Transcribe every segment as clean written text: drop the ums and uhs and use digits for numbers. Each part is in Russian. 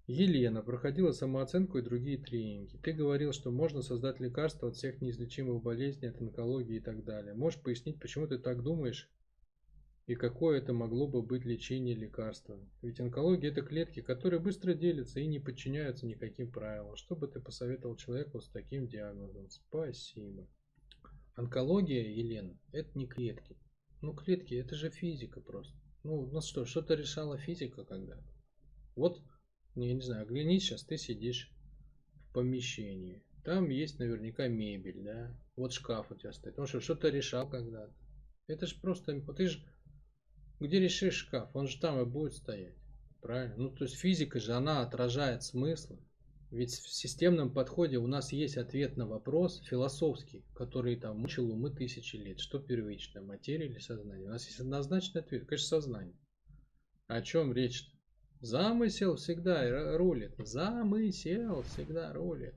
Елена проходила самооценку и другие тренинги. Ты говорил, что можно создать лекарство от всех неизлечимых болезней, от онкологии и так далее. Можешь пояснить, почему ты так думаешь и какое это могло бы быть лечение лекарством? Ведь онкология это клетки, которые быстро делятся и не подчиняются никаким правилам. Что бы ты посоветовал человеку с таким диагнозом? Спасибо. Онкология, Елена, это не клетки. Ну, клетки, это же физика просто. Ну, у нас что-то решала физика когда-то. Вот, ну, я не знаю, оглянись сейчас, ты сидишь в помещении. Там есть наверняка мебель, да? Вот шкаф у тебя стоит. Он что-то решал когда-то. Это же просто, ты же, где решишь шкаф, он же там и будет стоять. Правильно? Ну, то есть физика же, она отражает смыслы. Ведь в системном подходе у нас есть ответ на вопрос философский, который там мучил умы тысячи лет. Что первично, материя или сознание? У нас есть однозначный ответ, конечно, сознание. О чем речь-то? Замысел всегда рулит. Замысел всегда рулит.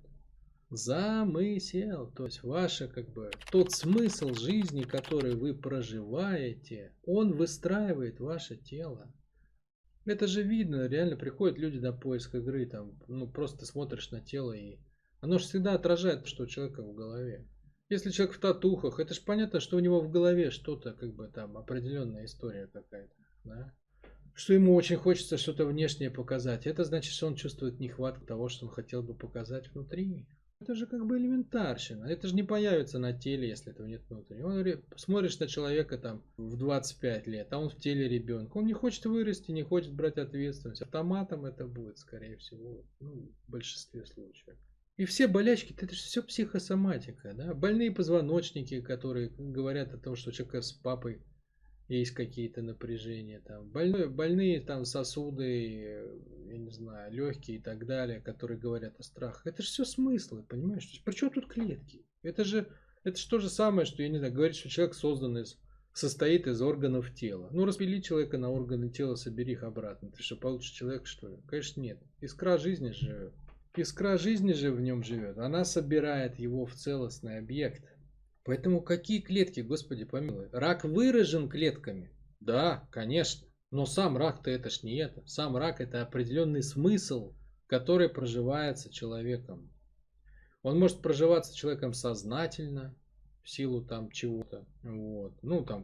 Замысел, то есть ваше как бы тот смысл жизни, который вы проживаете, он выстраивает ваше тело. Это же видно, реально приходят люди на поиск игры, там, ну просто смотришь на тело и оно же всегда отражает, что у человека в голове. Если человек в татухах, это же понятно, что у него в голове что-то, как бы там определенная история какая-то, да? Что ему очень хочется что-то внешнее показать. Это значит, что он чувствует нехватку того, что он хотел бы показать внутри. Это же как бы элементарщина. Это же не появится на теле, если этого нет внутри. Смотришь на человека там в 25 лет, а он в теле ребенка. Он не хочет вырасти, не хочет брать ответственность. Автоматом это будет, скорее всего, ну, в большинстве случаев. И все болячки, это же все психосоматика. Да? Больные позвоночники, которые говорят о том, что у человека с папой есть какие-то напряжения, там, больные там сосуды, я не знаю, легкие и так далее, которые говорят о страхах. Это же все смыслы, понимаешь? То есть, при чем тут клетки? Это же то же самое, что, я не знаю, говорить, что человек состоит из органов тела. Ну, распили человека на органы тела, собери их обратно. Ты что, получишь человека, что ли? Конечно, нет. Искра жизни живет. Искра жизни же в нем живет. Она собирает его в целостный объект. Поэтому какие клетки, Господи помилуй? Рак выражен клетками? Да, конечно. Но сам рак-то это ж не это. Сам рак это определенный смысл, который проживается человеком. Он может проживаться человеком сознательно, в силу там чего-то. Вот. Ну, там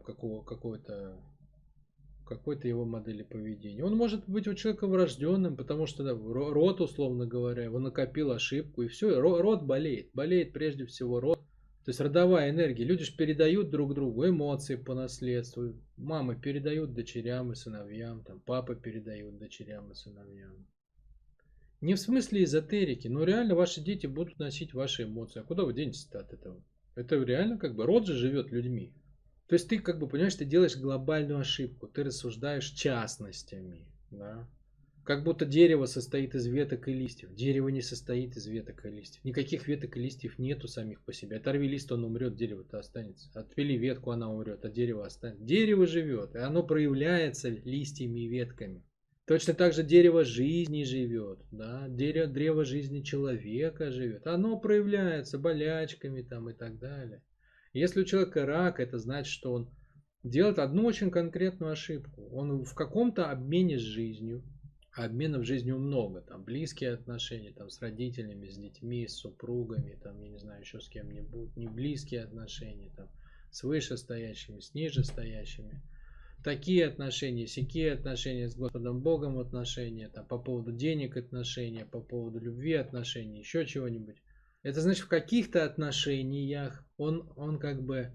какой-то его модели поведения. Он может быть у человека врожденным, потому что да, род, условно говоря, его накопил ошибку, и все, род болеет. Болеет прежде всего род. То есть родовая энергия. Люди же передают друг другу эмоции по наследству. Мамы передают дочерям и сыновьям, там, папы передают дочерям и сыновьям. Не в смысле эзотерики, но реально ваши дети будут носить ваши эмоции. А куда вы денетесь-то от этого? Это реально как бы род же живет людьми. То есть ты как бы понимаешь, ты делаешь глобальную ошибку, ты рассуждаешь частностями, да? Как будто дерево состоит из веток и листьев. Дерево не состоит из веток и листьев. Никаких веток и листьев нету самих по себе. Оторви лист, он умрет, дерево-то останется. Отпили ветку, она умрет, а дерево останется. Дерево живет, и оно проявляется листьями и ветками. Точно так же дерево жизни живет, да? Древо жизни человека живет. Оно проявляется болячками там и так далее. Если у человека рак, это значит, что он делает одну очень конкретную ошибку. Он в каком-то обмене с жизнью, а обменов жизнью много, там близкие отношения, там с родителями, с детьми, с супругами, там, я не знаю, еще с кем-нибудь, не близкие отношения, там, с вышестоящими, с нижестоящими. Такие отношения, сякие отношения с Господом Богом отношения, там, по поводу денег отношения, по поводу любви отношения, еще чего-нибудь. Это значит, в каких-то отношениях он как бы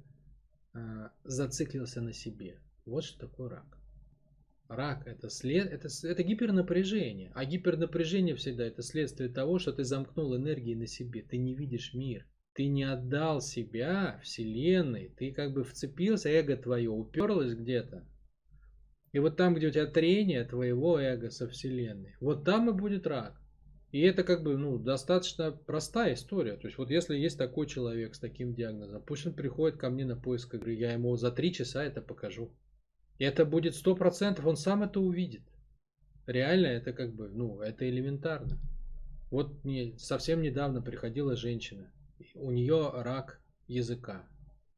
зациклился на себе. Вот что такое рак. Рак это гипернапряжение. А гипернапряжение всегда это следствие того, что ты замкнул энергии на себе. Ты не видишь мир. Ты не отдал себя Вселенной. Ты как бы вцепился, эго твое уперлось где-то. И вот там, где у тебя трение твоего эго со Вселенной, вот там и будет рак. И это как бы, ну, достаточно простая история. То есть вот если есть такой человек с таким диагнозом, пусть он приходит ко мне на поиск игры, я ему за 3 часа это покажу. И это будет 100%, он сам это увидит. Реально это как бы, ну, это элементарно. Вот мне совсем недавно приходила женщина, у нее рак языка.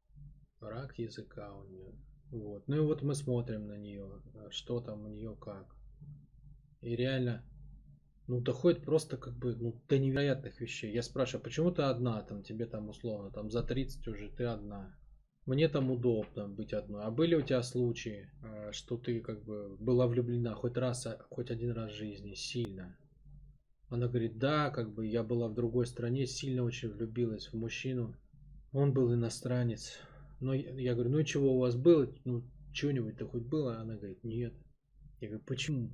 Рак языка у нее. Вот. Ну и вот мы смотрим на нее, что там у нее как. И реально Ну, доходит просто как бы ну, до невероятных вещей. Я спрашиваю, почему ты одна, там, тебе там условно, там за 30 уже ты одна. Мне там удобно быть одной. А были у тебя случаи, что ты как бы была влюблена хоть раз, хоть один раз в жизни, сильно? Она говорит, да, как бы я была в другой стране, сильно очень влюбилась в мужчину. Он был иностранец. Но я говорю, ну и чего у вас было? Ну, что-нибудь-то хоть было? Она говорит, нет. Я говорю, почему?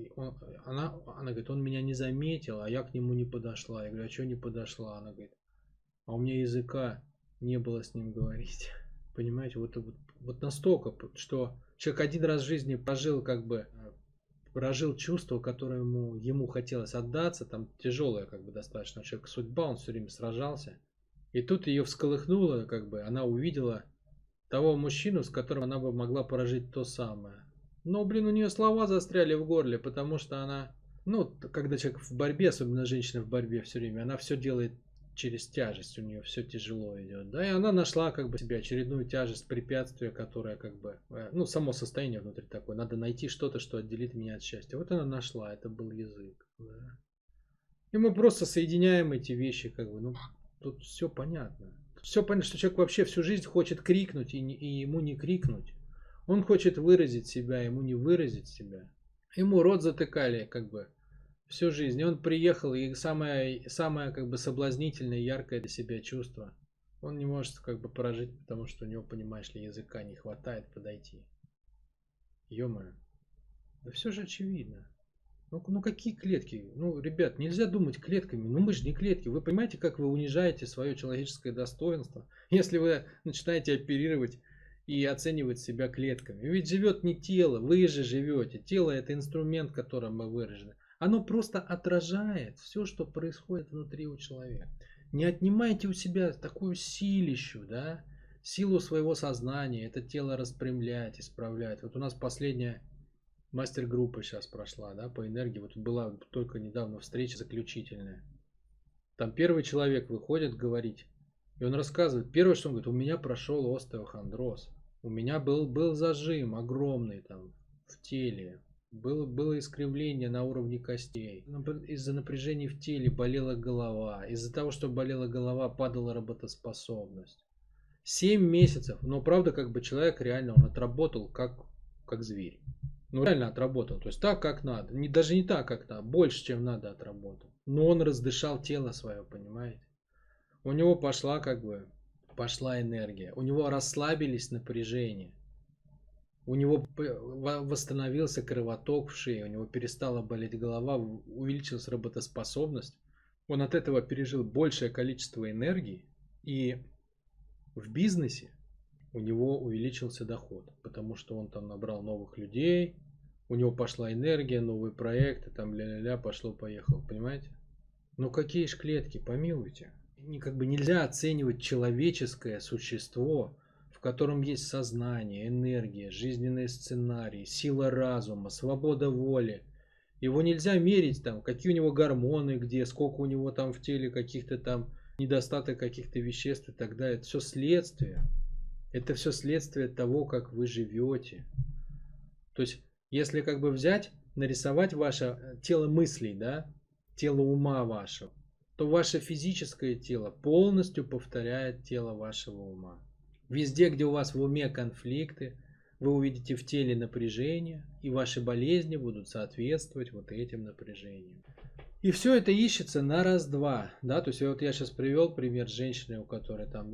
Она говорит, он меня не заметил, а я к нему не подошла. Я говорю, а что не подошла? Она говорит, а у меня языка не было с ним говорить. Понимаете, вот настолько, что человек один раз в жизни прожил как бы прожил чувство, которое ему хотелось отдаться, там тяжелая как бы достаточно у человека судьба, он все время сражался. И тут ее всколыхнуло, как бы она увидела того мужчину, с которым она бы могла прожить то самое. Но, блин, у нее слова застряли в горле, потому что она, ну, когда человек в борьбе, особенно женщина в борьбе все время, она все делает через тяжесть, у нее все тяжело идет, да, и она нашла как бы себе очередную тяжесть, препятствие, которое как бы, ну, само состояние внутри такое, надо найти что-то, что отделит меня от счастья. Вот она нашла, это был язык, да. И мы просто соединяем эти вещи, как бы, ну, тут все понятно. Все понятно, что человек вообще всю жизнь хочет крикнуть, и ему не крикнуть. Он хочет выразить себя, ему не выразить себя. Ему рот затыкали, как бы, всю жизнь. И он приехал, и самое как бы соблазнительное, яркое для себя чувство он не может как бы прожить, потому что у него, понимаешь ли, языка не хватает подойти. Ё-моё. Да все же очевидно. Ну какие клетки? Ну, ребят, нельзя думать клетками. Ну мы же не клетки. Вы понимаете, как вы унижаете свое человеческое достоинство, если вы начинаете оперировать и оценивать себя клетками. Ведь живет не тело, вы же живете. Тело это инструмент, которым мы выражены. Оно просто отражает все, что происходит внутри у человека. Не отнимайте у себя такую силищу, да, силу своего сознания, это тело распрямлять, исправлять. Вот у нас последняя мастер-группа сейчас прошла, да, по энергии. Вот была только недавно встреча заключительная. Там первый человек выходит говорить, и он рассказывает, первое, что он говорит, у меня прошел остеохондроз. У меня был зажим огромный там в теле. Было искривление на уровне костей. Из-за напряжения в теле болела голова. Из-за того, что болела голова, падала работоспособность. 7 месяцев. Но правда, как бы человек реально, он отработал как зверь. Ну реально отработал. То есть так, как надо. Даже не так, как надо. Больше, чем надо отработал. Но он раздышал тело свое, понимаете? У него пошла энергия. У него расслабились напряжения. У него восстановился кровоток в шее. У него перестала болеть голова. Увеличилась работоспособность. Он от этого пережил большее количество энергии. И в бизнесе у него увеличился доход, потому что он там набрал новых людей, у него пошла энергия, новые проекты, там ля-ля-ля, пошло-поехало, понимаете? Ну какие ж клетки, помилуйте. Как бы нельзя оценивать человеческое существо, в котором есть сознание, энергия, жизненные сценарии, сила разума, свобода воли. Его нельзя мерить там, какие у него гормоны, где, сколько у него там в теле каких-то там недостаток каких-то веществ и так далее. Это все следствие. Это все следствие того, как вы живете. То есть, если как бы взять, нарисовать ваше тело мыслей, да, тело ума вашего, то ваше физическое тело полностью повторяет тело вашего ума. Везде, где у вас в уме конфликты, вы увидите в теле напряжение, и ваши болезни будут соответствовать вот этим напряжениям. И все это ищется на раз-два, да, то есть вот я сейчас привел пример женщины, у которой там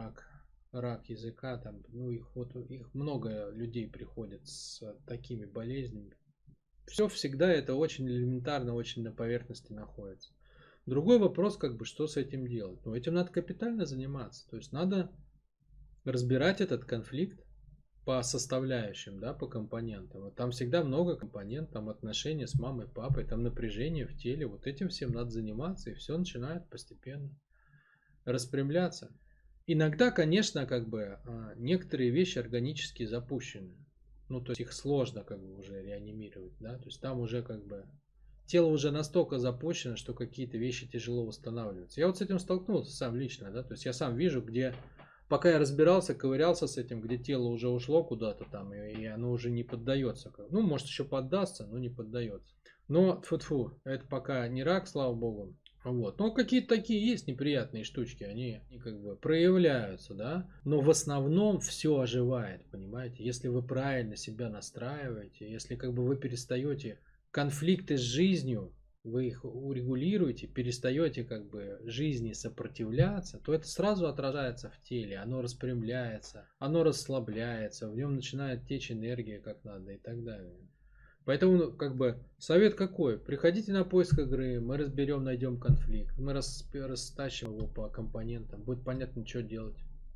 рак языка, там, ну их много людей приходит с такими болезнями. Все всегда это очень элементарно, очень на поверхности находится. Другой вопрос, как бы, что с этим делать? Ну, этим надо капитально заниматься, то есть надо разбирать этот конфликт по составляющим, да, по компонентам. Там всегда много компонентов, там отношения с мамой, папой, там напряжение в теле. Вот этим всем надо заниматься, и все начинает постепенно распрямляться. Иногда, конечно, как бы некоторые вещи органически запущены. Ну, то есть их сложно как бы уже реанимировать, да. То есть там уже как бы тело уже настолько запущено, что какие-то вещи тяжело восстанавливаются. Я вот с этим столкнулся сам лично, да. То есть я сам вижу, где пока я разбирался, ковырялся с этим, где тело уже ушло куда-то там, и оно уже не поддается. Ну, может еще поддастся, но не поддается. Но, тьфу-тьфу, это пока не рак, слава богу. Вот. Но какие-то такие есть неприятные штучки, они как бы проявляются, да. Но в основном все оживает, понимаете. Если вы правильно себя настраиваете, если как бы вы перестаете конфликты с жизнью, вы их урегулируете, перестаете как бы жизни сопротивляться, то это сразу отражается в теле, оно распрямляется, оно расслабляется, в нем начинает течь энергия как надо и так далее. Поэтому, ну, как бы, совет какой? Приходите на поиск игры, мы разберем, найдем конфликт, мы растащим его по компонентам, будет понятно, что делать,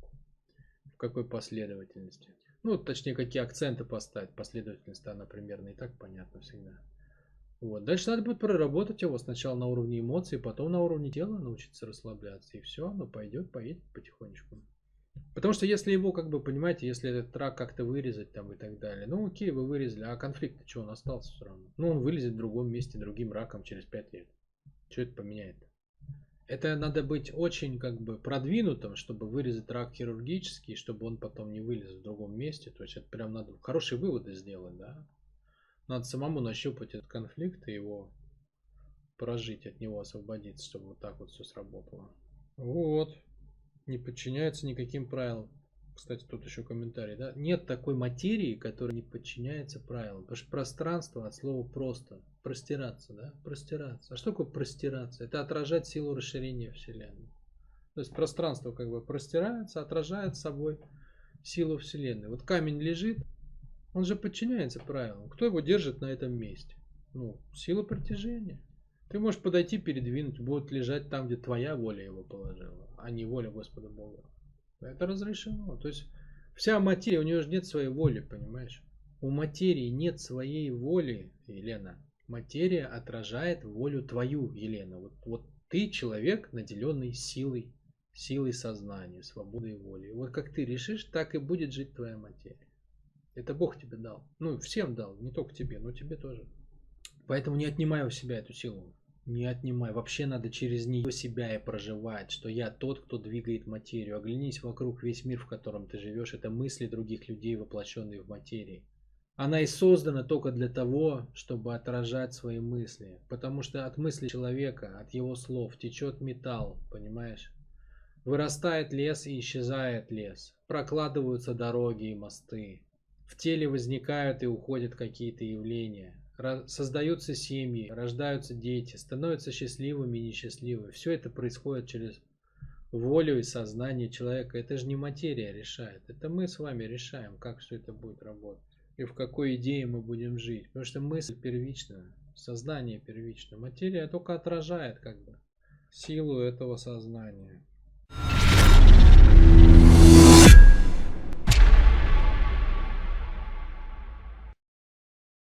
в какой последовательности. Ну, точнее, какие акценты поставить, последовательность, она примерно и так понятна всегда. Вот. Дальше надо будет проработать его сначала на уровне эмоций, потом на уровне тела научиться расслабляться, и все, оно пойдет, поедет потихонечку. Потому что если его, как бы, понимаете, если этот рак как-то вырезать там и так далее, ну окей, вы вырезали, а конфликт что, он остался все равно. Ну он вылезет в другом месте, другим раком через 5 лет. Что это поменяет? Это надо быть очень как бы продвинутым, чтобы вырезать рак хирургический, чтобы он потом не вылез в другом месте. То есть это прям надо хорошие выводы сделать, да. Надо самому нащупать этот конфликт и его прожить, от него освободиться, чтобы вот так вот все сработало. Вот. Не подчиняется никаким правилам. Кстати, тут еще комментарий, да? Нет такой материи, которая не подчиняется правилам. Потому что пространство от слова просто. Простираться, да? Простираться. А что такое простираться? Это отражать силу расширения Вселенной. То есть пространство как бы простирается, отражает собой силу Вселенной. Вот камень лежит, он же подчиняется правилам. Кто его держит на этом месте? Ну, сила притяжения. Ты можешь подойти, передвинуть, будет лежать там, где твоя воля его положила, а не воля Господа Бога. Это разрешено. То есть вся материя, у нее же нет своей воли, понимаешь? У материи нет своей воли, Елена. Материя отражает волю твою, Елена. Вот ты человек, наделенный силой, силой сознания, свободой воли. Вот как ты решишь, так и будет жить твоя материя. Это Бог тебе дал. Ну, всем дал, не только тебе, но тебе тоже. Поэтому не отнимай у себя эту силу. Не отнимай. Вообще надо через нее себя и проживать, что я тот, кто двигает материю. Оглянись вокруг, весь мир, в котором ты живешь, это мысли других людей, воплощенные в материи. Она и создана только для того, чтобы отражать свои мысли. Потому что от мысли человека, от его слов течет металл, понимаешь? Вырастает лес и исчезает лес. Прокладываются дороги и мосты. В теле возникают и уходят какие-то явления. Создаются семьи, рождаются дети, становятся счастливыми и несчастливыми. Все это происходит через волю и сознание человека. Это же не материя решает. Это мы с вами решаем, как все это будет работать. И в какой идее мы будем жить. Потому что мысль первична, сознание первично. Материя только отражает как бы силу этого сознания.